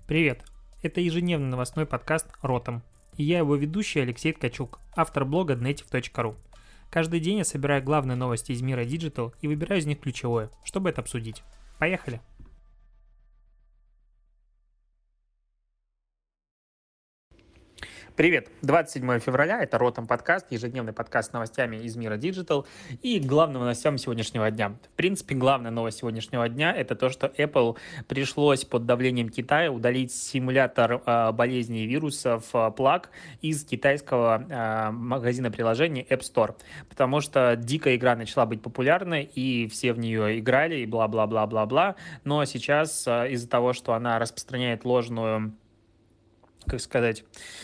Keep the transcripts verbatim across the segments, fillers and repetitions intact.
Привет! Это ежедневный новостной подкаст «Ротом». И я его ведущий Алексей Ткачук, автор блога native точка ру. Каждый день я собираю главные новости из мира Digital и выбираю из них ключевое, чтобы это обсудить. Поехали! Привет! двадцать седьмое февраля, это Ротом подкаст, ежедневный подкаст с новостями из мира Digital и главным новостям сегодняшнего дня. В принципе, главная новость сегодняшнего дня – это то, что Apple пришлось под давлением Китая удалить симулятор э, болезней и вирусов э, Plague из китайского э, магазина приложений App Store, потому что дикая игра начала быть популярной, и все в нее играли, и бла-бла-бла-бла-бла, но сейчас э, из-за того, что она распространяет ложную, как сказать,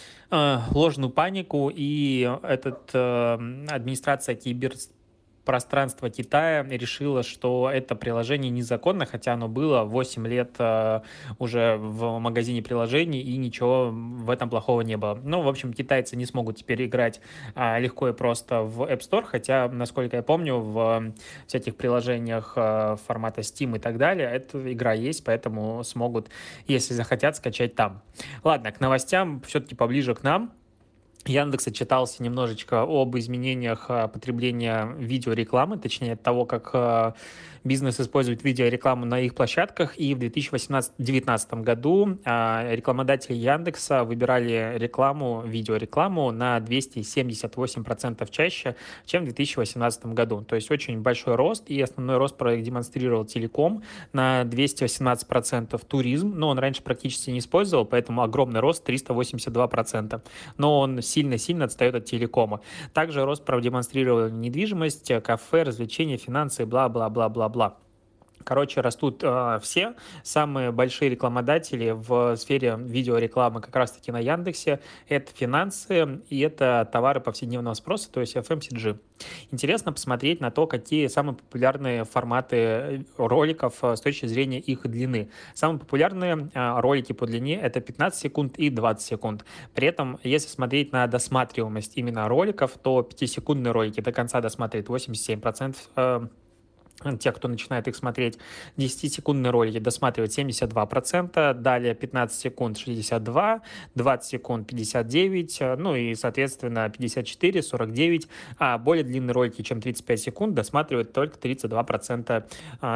ложную панику, и этот, э, администрация киберпространства Китая решила, что это приложение незаконно, хотя оно было восемь лет э, уже в магазине приложений, и ничего в этом плохого не было. Ну, в общем, китайцы не смогут теперь играть э, легко и просто в App Store, хотя, насколько я помню, в всяких приложениях э, формата Steam и так далее эта игра есть, поэтому смогут, если захотят, скачать там. Ладно, к новостям все-таки поближе к нам. Яндекс отчитался немножечко об изменениях потребления видеорекламы, точнее от того, как бизнес использует видеорекламу на их площадках. И в две тысячи девятнадцатом году рекламодатели Яндекса выбирали рекламу, видеорекламу на двести семьдесят восемь процентов чаще, чем в две тысячи восемнадцатом году. То есть очень большой рост, и основной рост продемонстрировал телеком на двести восемнадцать процентов, туризм, но он раньше практически не использовал, поэтому огромный рост триста восемьдесят два процента. Но он сильно-сильно отстает от телекома. Также рост продемонстрировала недвижимость, кафе, развлечения, финансы, бла-бла-бла-бла-бла. Короче, растут э, все. Самые большие рекламодатели в сфере видеорекламы как раз-таки на Яндексе. Это финансы и это товары повседневного спроса, то есть эф эм си джи. Интересно посмотреть на то, какие самые популярные форматы роликов с точки зрения их длины. Самые популярные э, ролики по длине — это пятнадцать секунд и двадцать секунд. При этом, если смотреть на досматриваемость именно роликов, то пятисекундные ролики до конца досматривает восемьдесят семь процентов э, тех, кто начинает их смотреть. десятисекундные ролики досматривают семьдесят два процента, далее пятнадцать секунд шестьдесят два процента, двадцать секунд пятьдесят девять процентов, ну и, соответственно, пятьдесят четыре, сорок девять процентов, а более длинные ролики, чем тридцать пять секунд, досматривают только тридцать два процента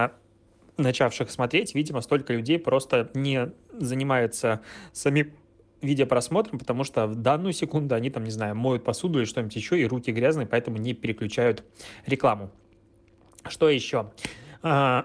начавших смотреть. Видимо, столько людей просто не занимаются самим видеопросмотром, потому что в данную секунду они там, не знаю, моют посуду или что-нибудь еще, и руки грязные, поэтому не переключают рекламу. Что еще? А,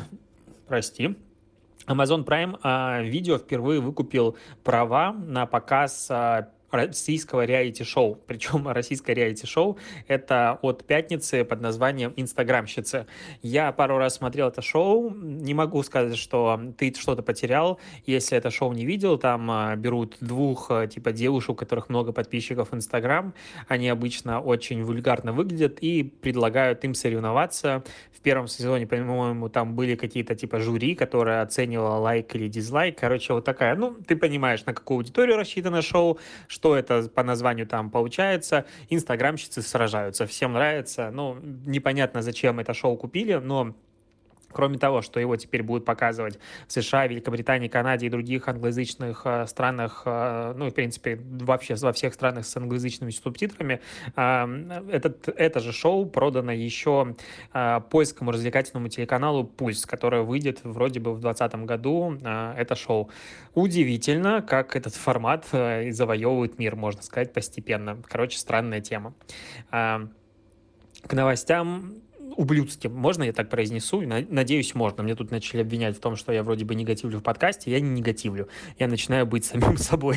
прости. Amazon Prime а, Video впервые выкупил права на показ а, российского реалити-шоу. Причем российское реалити-шоу — это от пятницы под названием «Инстаграмщицы». Я пару раз смотрел это шоу. Не могу сказать, что ты что-то потерял, если это шоу не видел. Там а, берут двух а, типа девушек, у которых много подписчиков в Инстаграм. Они обычно очень вульгарно выглядят и предлагают им соревноваться. В первом сезоне, по-моему, там были какие-то типа жюри, которое оценивало лайк или дизлайк. Короче, вот такая, ну, ты понимаешь, на какую аудиторию рассчитано шоу, что это по названию там получается. Инстаграмщицы сражаются, всем нравится. Ну, непонятно, зачем это шоу купили, но кроме того, что его теперь будут показывать в США, Великобритании, Канаде и других англоязычных э, странах, э, ну и, в принципе, вообще во всех странах с англоязычными субтитрами, э, этот, это же шоу продано еще э, польскому развлекательному телеканалу «Пульс», которое выйдет вроде бы в двадцатом году. Э, это шоу. Удивительно, как этот формат э, завоевывает мир, можно сказать, постепенно. Короче, странная тема. Э, к новостям ублюдским. Можно я так произнесу? Надеюсь, можно. Мне тут начали обвинять в том, что я вроде бы негативлю в подкасте. Я не негативлю. Я начинаю быть самим собой.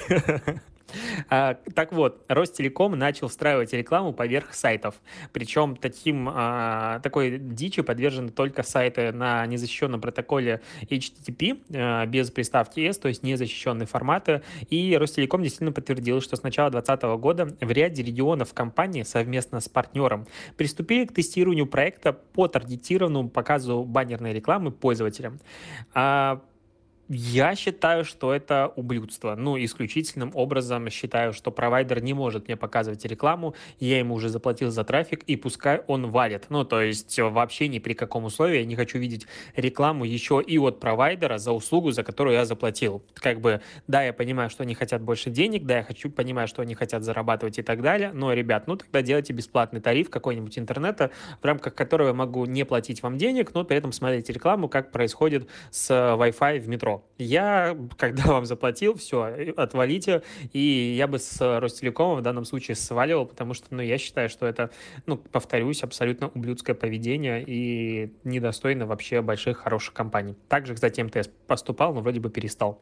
А, так вот, Ростелеком начал встраивать рекламу поверх сайтов. Причем таким, а, такой дичи подвержены только сайты на незащищенном протоколе эйч ти ти пи, а, без приставки S, то есть незащищенные форматы. И Ростелеком действительно подтвердил, что с начала две тысячи двадцатого года в ряде регионов компании совместно с партнером приступили к тестированию проекта по таргетированному показу баннерной рекламы пользователям. А Я считаю, что это ублюдство. Ну, исключительным образом считаю, что провайдер не может мне показывать рекламу, я ему уже заплатил за трафик, и пускай он валит. Ну, то есть вообще ни при каком условии я не хочу видеть рекламу еще и от провайдера за услугу, за которую я заплатил. Как бы, да, я понимаю, что они хотят больше денег, да, я хочу, понимаю, что они хотят зарабатывать и так далее, но, ребят, ну, тогда делайте бесплатный тариф какой-нибудь интернета, в рамках которого я могу не платить вам денег, но при этом смотреть рекламу, как происходит с Wi-Fi в метро. Я, когда вам заплатил, все, отвалите, и я бы с Ростелекома в данном случае сваливал, потому что, ну, я считаю, что это, ну, повторюсь, абсолютно ублюдское поведение и недостойно вообще больших, хороших компаний. Также, кстати, МТС поступал, но вроде бы перестал.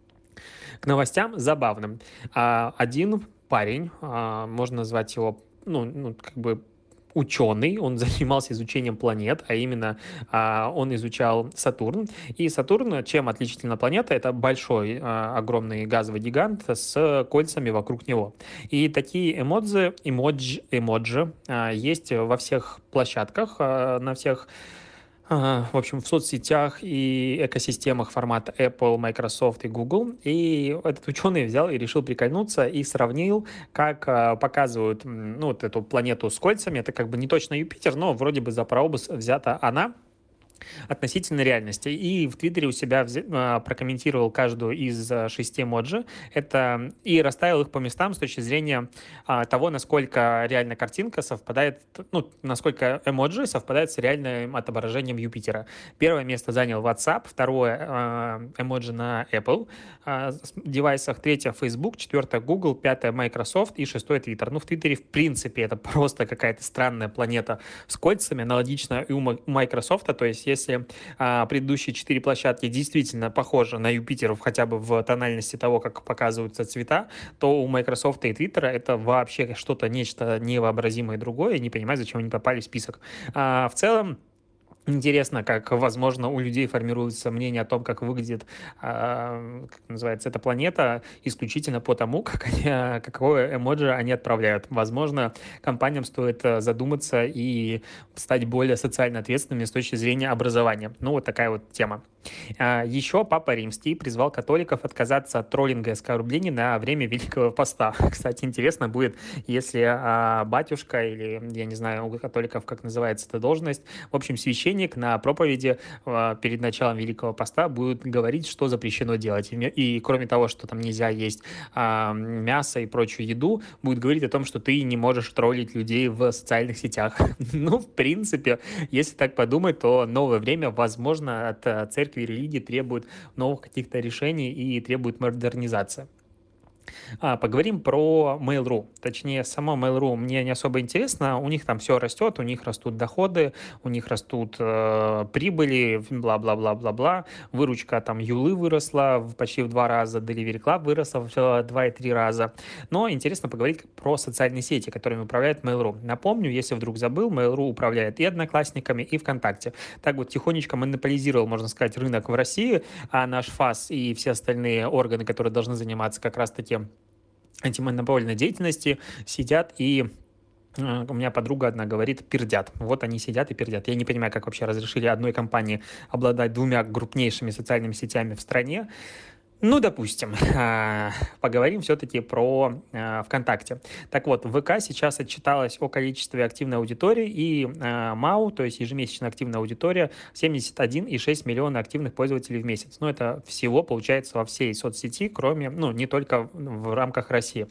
К новостям забавным. А, Один парень, а, можно назвать его, ну, ну, как бы ученый, он занимался изучением планет, а именно а, он изучал Сатурн. И Сатурн, чем отличительна планета? Это большой, а, огромный газовый гигант с кольцами вокруг него. И такие эмодзи, эмодж, эмоджи а, есть во всех площадках, а, на всех, а, в общем, в соцсетях и экосистемах формата Apple, Microsoft и Google. И этот ученый взял и решил прикольнуться и сравнил, как а, показывают, м, ну, вот эту планету с кольцами. Это как бы не точно Юпитер, но вроде бы за прообраз взята она относительно реальности. И в Твиттере у себя взя- а, прокомментировал каждую из а, шести эмоджи. Это и расставил их по местам с точки зрения а, того, насколько реально картинка совпадает, ну, насколько эмоджи совпадает с реальным отображением Юпитера. Первое место занял WhatsApp, второе а, эмоджи на Apple а, с- девайсах, третье Facebook, четвертое Google, пятое Microsoft и шестое Twitter. Ну, в Твиттере, в принципе, это просто какая-то странная планета с кольцами, аналогично и у Ма- у Microsoft, то есть если а, предыдущие четыре площадки действительно похожи на Юпитер хотя бы в тональности того, как показываются цвета, то у Microsoft и Twitter это вообще что-то, нечто невообразимое другое. Я не понимаю, зачем они попали в список. А, в целом, интересно, как, возможно, у людей формируется мнение о том, как выглядит, а, как называется, эта планета, исключительно по тому, как они, а, какое эмоджи они отправляют. Возможно, компаниям стоит а, задуматься и стать более социально ответственными с точки зрения образования. Ну, вот такая вот тема. А, Еще Папа Римский призвал католиков отказаться от троллинга и оскорблений на время Великого Поста. Кстати, интересно будет, если а, батюшка или, я не знаю, у католиков, как называется эта должность, в общем, священник на проповеди а, перед началом Великого Поста будет говорить, что запрещено делать. И, и кроме того, что там нельзя есть а, мясо и прочую еду, будет говорить о том, что ты не можешь троллить людей в социальных сетях. Ну, в принципе, если так подумать, то новое время, возможно, от а, церкви и религии требует новых каких-то решений и требует модернизации. А, поговорим про Mail.ru. Точнее, сама Mail.ru мне не особо интересно. У них там все растет, у них растут доходы, у них растут э, прибыли, бла-бла-бла-бла-бла. Выручка там Юлы выросла в почти в два раза, Delivery Club выросла в э, два и три раза. Но интересно поговорить про социальные сети, которыми управляет Mail.ru. Напомню, если вдруг забыл, Mail.ru управляет и Одноклассниками, и ВКонтакте. Так вот, тихонечко монополизировал, можно сказать, рынок в России, а наш ФАС и все остальные органы, которые должны заниматься как раз-таки антимонопольной деятельности, сидят и э, у меня подруга одна говорит, пердят. Вот они сидят и пердят. Я не понимаю, как вообще разрешили одной компании обладать двумя крупнейшими социальными сетями в стране. Ну, допустим, а, поговорим все-таки про а, ВКонтакте. Так вот, ВК сейчас отчиталась о количестве активной аудитории, и а, МАУ, то есть ежемесячная активная аудитория, семьдесят один и шесть миллиона активных пользователей в месяц. Ну, это всего получается во всей соцсети, кроме, ну, не только в рамках России.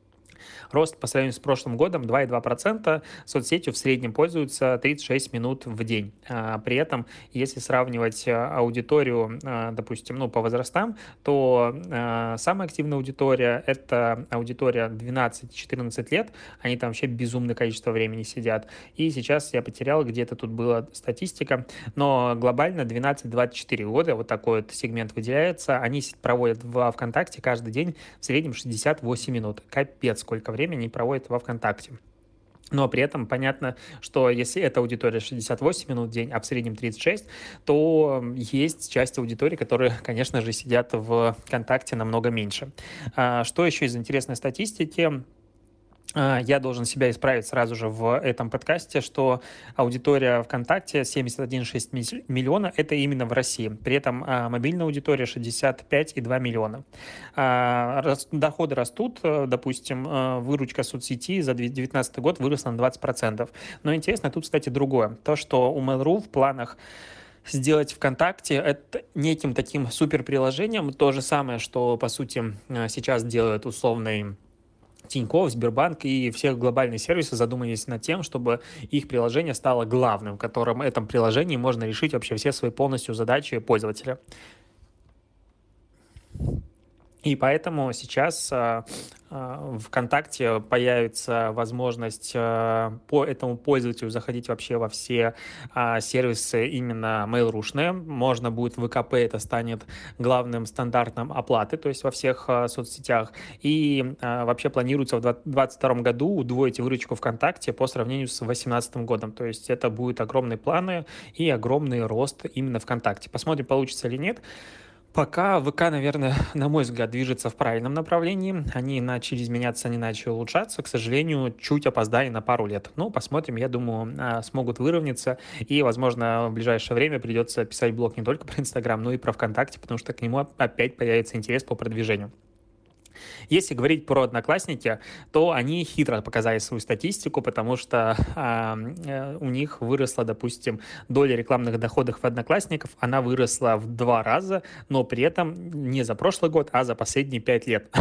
Рост по сравнению с прошлым годом два и два десятых процента. Соцсетью в среднем пользуются тридцать шесть минут в день. А, при этом, если сравнивать а, аудиторию, а, допустим, ну, по возрастам, то а, самая активная аудитория – это аудитория двенадцать-четырнадцать лет. Они там вообще безумное количество времени сидят. И сейчас я потерял, где-то тут была статистика, но глобально двенадцать-двадцать четыре года, вот такой вот сегмент выделяется. Они проводят во ВКонтакте каждый день в среднем шестьдесят восемь минут. Капец, сколько времени проводят во ВКонтакте. Но при этом понятно, что если эта аудитория шестьдесят восемь минут в день, а в среднем тридцать шесть, то есть часть аудитории, которые, конечно же, сидят в ВКонтакте намного меньше. А что еще из интересной статистики? Я должен себя исправить сразу же в этом подкасте, что аудитория ВКонтакте семьдесят один целых шесть десятых миллиона – это именно в России. При этом мобильная аудитория шестьдесят пять целых два миллиона. Доходы растут, допустим, выручка соцсети за две тысячи девятнадцатый год выросла на двадцать процентов. Но интересно тут, кстати, другое. То, что у Mail.ru в планах сделать ВКонтакте это неким таким суперприложением, то же самое, что, по сути, сейчас делают условный Тинькофф, Сбербанк и все глобальные сервисы задумались над тем, чтобы их приложение стало главным, в котором этом приложении можно решить вообще все свои полностью задачи пользователя. И поэтому сейчас э, э, ВКонтакте появится возможность э, по этому пользователю заходить вообще во все э, сервисы именно Mail.ru-шные. Можно будет в ВКП, это станет главным стандартом оплаты, то есть во всех э, соцсетях. И э, вообще планируется в двадцать втором году удвоить выручку ВКонтакте по сравнению с две тысячи восемнадцатым годом. То есть это будут огромные планы и огромный рост именно ВКонтакте. Посмотрим, получится или нет. Пока ВК, наверное, на мой взгляд, движется в правильном направлении. Они начали изменяться, они начали улучшаться. К сожалению, чуть опоздали на пару лет. Ну, посмотрим. Я думаю, смогут выровняться. И, возможно, в ближайшее время придется писать блог не только про Инстаграм, но и про ВКонтакте, потому что к нему опять появится интерес по продвижению. Если говорить про Одноклассники, то они хитро показали свою статистику, потому что э, у них выросла, допустим, доля рекламных доходов в Одноклассников, она выросла в два раза, но при этом не за прошлый год, а за последние пять лет.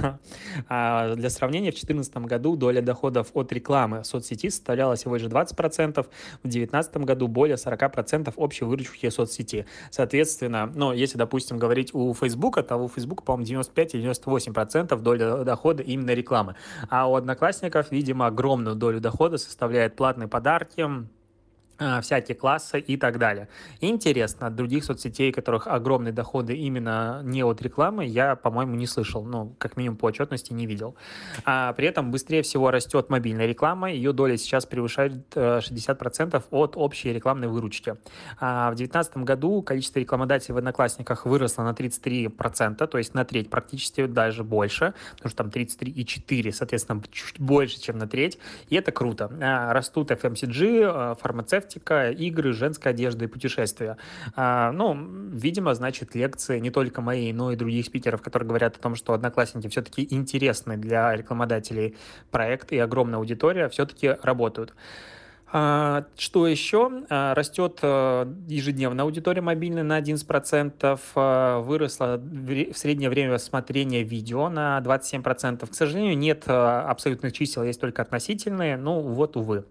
Для сравнения, в две тысячи четырнадцатом году доля доходов от рекламы в соцсети составляла всего лишь двадцать процентов, в две тысячи девятнадцатом году более сорок процентов общей выручки соцсети. Соответственно, ну, если, допустим, говорить у Фейсбука, то у Фейсбука, по-моему, девяносто пять или девяносто восемь процентов доля дохода именно рекламы. А у Одноклассников, видимо, огромную долю дохода составляют платные подарки, всякие классы и так далее. Интересно, от других соцсетей, у которых огромные доходы именно не от рекламы, я, по-моему, не слышал, ну, как минимум по отчетности не видел. А при этом быстрее всего растет мобильная реклама, ее доля сейчас превышает шестьдесят процентов от общей рекламной выручки. А в две тысячи девятнадцатом году количество рекламодателей в Одноклассниках выросло на тридцать три процента, то есть на треть практически, даже больше, потому что там тридцать три и четыре десятых, соответственно, чуть больше, чем на треть, и это круто. А растут эф эм си джи, фармацевтика, игры, женская одежда и путешествия. А, ну, видимо, значит, лекции не только мои, но и других спикеров, которые говорят о том, что Одноклассники все-таки интересны для рекламодателей проект и огромная аудитория все-таки работают. А, что еще? А, растет ежедневная аудитория мобильная на одиннадцать процентов, а, выросла в среднее время смотрения видео на двадцать семь процентов. К сожалению, нет абсолютных чисел, есть только относительные, ну вот, увы.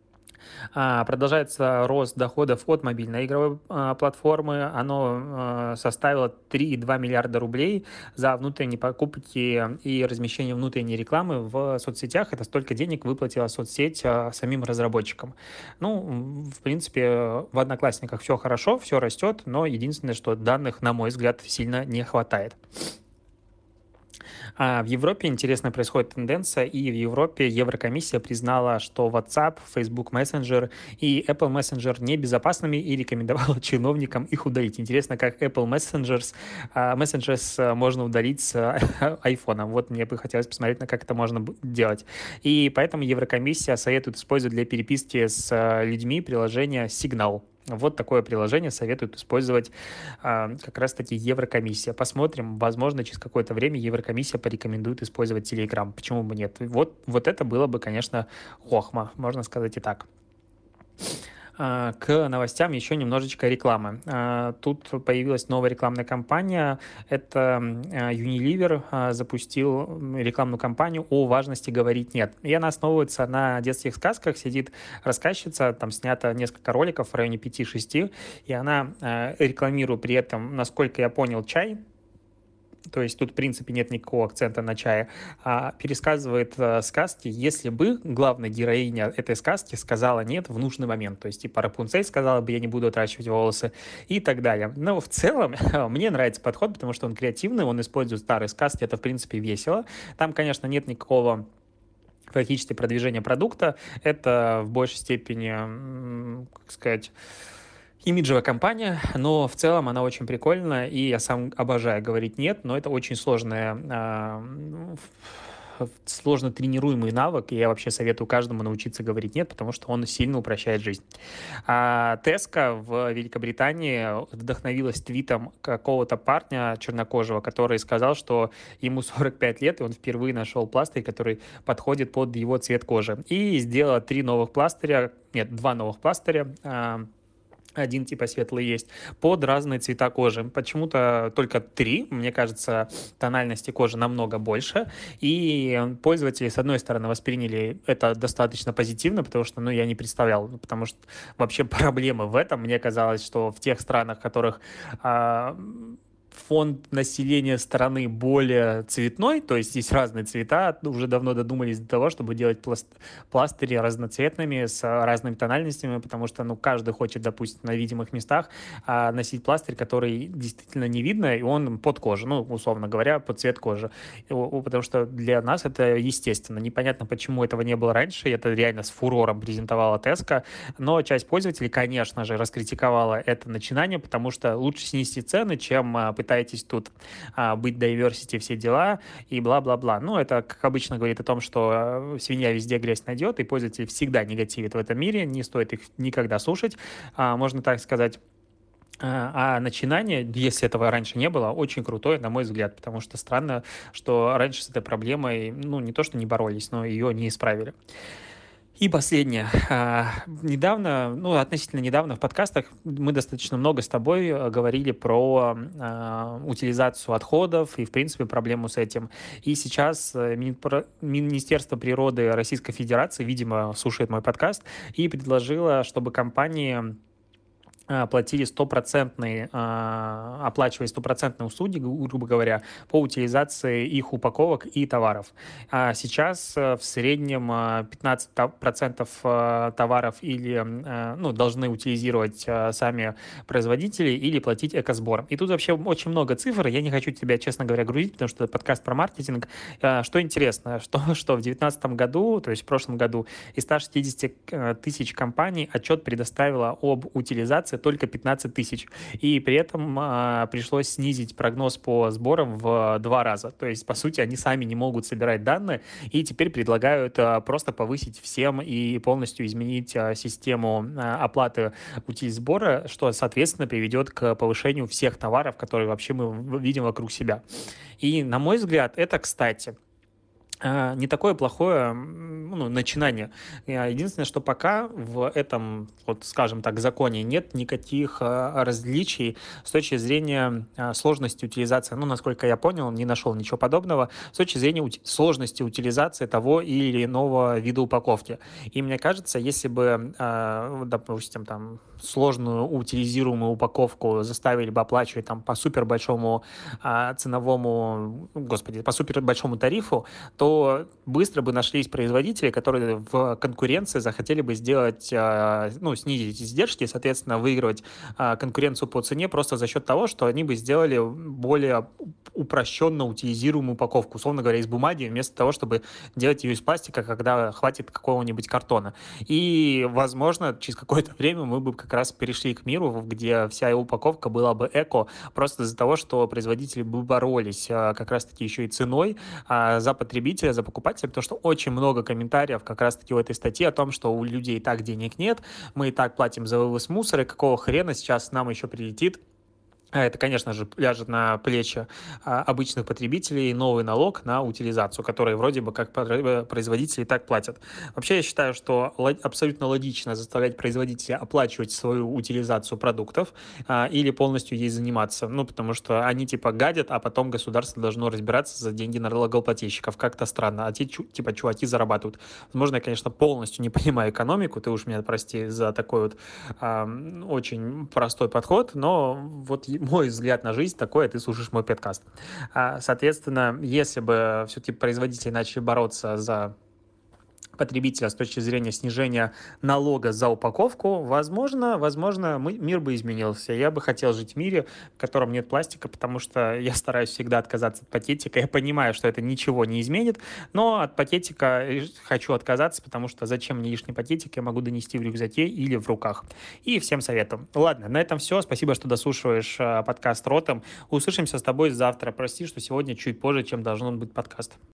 Продолжается рост доходов от мобильной игровой а, платформы. Оно а, составило три целых два миллиарда рублей за внутренние покупки и размещение внутренней рекламы в соцсетях. Это столько денег выплатила соцсеть а, самим разработчикам. Ну, в принципе, в Одноклассниках все хорошо, все растет, но единственное, что данных, на мой взгляд, сильно не хватает. А в Европе интересно происходит тенденция, и в Европе Еврокомиссия признала, что WhatsApp, Facebook Messenger и Apple Messenger небезопасными и рекомендовала чиновникам их удалить. Интересно, как Apple Messengers, Messengers можно удалить с iPhone. Вот мне бы хотелось посмотреть, на как это можно делать. И поэтому Еврокомиссия советует использовать для переписки с людьми приложение Signal. Вот такое приложение советуют использовать а, как раз-таки Еврокомиссия. Посмотрим, возможно, через какое-то время Еврокомиссия порекомендует использовать Telegram. Почему бы нет? Вот, вот это было бы, конечно, хохма, можно сказать и так. К новостям еще немножечко рекламы. Тут появилась новая рекламная кампания. Это Unilever запустил рекламную кампанию о важности говорить «нет». И она основывается на детских сказках. Сидит рассказчица, там снято несколько роликов в районе пяти-шести, и она рекламирует при этом, насколько я понял, чай. То есть тут, в принципе, нет никакого акцента на чае, а пересказывает э, сказки, если бы главная героиня этой сказки сказала «нет» в нужный момент. То есть, типа, Рапунцель сказала бы «я не буду отращивать волосы» и так далее. Но в целом мне нравится подход, потому что он креативный, он использует старые сказки, это, в принципе, весело. Там, конечно, нет никакого практически продвижения продукта, это в большей степени, как сказать... имиджевая кампания, но в целом она очень прикольная, и я сам обожаю говорить «нет», но это очень сложная, сложно тренируемый навык, и я вообще советую каждому научиться говорить «нет», потому что он сильно упрощает жизнь. А Tesco в Великобритании вдохновилась твитом какого-то парня чернокожего, который сказал, что ему сорок пять лет, и он впервые нашел пластырь, который подходит под его цвет кожи. И сделала три новых пластыря, нет, два новых пластыря, а, один типа светлый есть, под разные цвета кожи. Почему-то только три, мне кажется, тональности кожи намного больше, и пользователи, с одной стороны, восприняли это достаточно позитивно, потому что, ну, я не представлял, потому что вообще проблема в этом, мне казалось, что в тех странах, в которых а, фонд населения страны более цветной, то есть есть разные цвета, уже давно додумались до того, чтобы делать пласт- пластыри разноцветными с разными тональностями, потому что, ну, каждый хочет, допустим, на видимых местах а, носить пластырь, который действительно не видно, и он под кожу, ну, условно говоря, под цвет кожи. И, потому что для нас это естественно. Непонятно, почему этого не было раньше, это реально с фурором презентовала Tesco, но часть пользователей, конечно же, раскритиковала это начинание, потому что лучше снизить цены, чем а, пытаетесь тут а, быть diversity, все дела и бла-бла-бла. Ну, это, как обычно, говорит о том, что свинья везде грязь найдет, и пользователь всегда негативит в этом мире, не стоит их никогда слушать, а, можно так сказать. А начинание, если этого раньше не было, очень крутое, на мой взгляд, потому что странно, что раньше с этой проблемой, ну, не то, что не боролись, но ее не исправили. И последнее. Недавно, ну, относительно недавно в подкастах мы достаточно много с тобой говорили про а, утилизацию отходов и, в принципе, проблему с этим. И сейчас Министерство природы Российской Федерации, видимо, слушает мой подкаст и предложило, чтобы компании платили стопроцентные, оплачивали стопроцентные услуги, грубо говоря, по утилизации их упаковок и товаров. А сейчас в среднем пятнадцать процентов товаров или, ну, должны утилизировать сами производители или платить экосбор. И тут вообще очень много цифр, я не хочу тебя, честно говоря, грузить, потому что это подкаст про маркетинг. Что интересно, что, что в две тысячи девятнадцатом году, то есть в прошлом году, из ста шестидесяти тысяч компаний отчет предоставила об утилизации только пятнадцать тысяч. И при этом а, пришлось снизить прогноз по сборам в два раза. То есть, по сути, они сами не могут собирать данные, и теперь предлагают а, просто повысить всем и полностью изменить а, систему а, оплаты утилизбора, что, соответственно, приведет к повышению всех товаров, которые вообще мы видим вокруг себя. И, на мой взгляд, это, кстати, не такое плохое, ну, начинание. Единственное, что пока в этом, вот, скажем так, законе нет никаких различий с точки зрения сложности утилизации. Ну, насколько я понял, не нашел ничего подобного с точки зрения сложности утилизации того или иного вида упаковки. И мне кажется, если бы, допустим, там, сложную утилизируемую упаковку заставили бы оплачивать там по супер большому ценовому, господи, по супер большому тарифу, то быстро бы нашлись производители, которые в конкуренции захотели бы сделать, ну, снизить издержки, соответственно, выигрывать конкуренцию по цене просто за счет того, что они бы сделали более упрощенно утилизируемую упаковку, условно говоря, из бумаги, вместо того, чтобы делать ее из пластика, когда хватит какого-нибудь картона. И, возможно, через какое-то время мы бы как раз перешли к миру, где вся упаковка была бы эко, просто из-за того, что производители бы боролись как раз-таки еще и ценой за потребителя, за покупателя, потому что очень много комментариев как раз-таки в этой статье о том, что у людей и так денег нет, мы и так платим за вывоз мусора, какого хрена сейчас нам еще прилетит. Это, конечно же, ляжет на плечи а, обычных потребителей новый налог на утилизацию, который вроде бы как производители так платят. Вообще, я считаю, что лог, абсолютно логично заставлять производителя оплачивать свою утилизацию продуктов а, или полностью ей заниматься. Ну, потому что они типа гадят, а потом государство должно разбираться за деньги налогоплательщиков. Как-то странно. А те типа чуваки зарабатывают. Возможно, я, конечно, полностью не понимаю экономику, ты уж меня прости за такой вот а, очень простой подход, но вот мой взгляд на жизнь такой, а ты слушаешь мой подкаст. Соответственно, если бы все-таки производители начали бороться за потребителя с точки зрения снижения налога за упаковку, возможно, возможно, мы, мир бы изменился. Я бы хотел жить в мире, в котором нет пластика, потому что я стараюсь всегда отказаться от пакетика. Я понимаю, что это ничего не изменит, но от пакетика хочу отказаться, потому что зачем мне лишний пакетик, я могу донести в рюкзаке или в руках. И всем советую. Ладно, на этом все. Спасибо, что дослушиваешь подкаст Ротом. Услышимся с тобой завтра. Прости, что сегодня чуть позже, чем должен быть подкаст.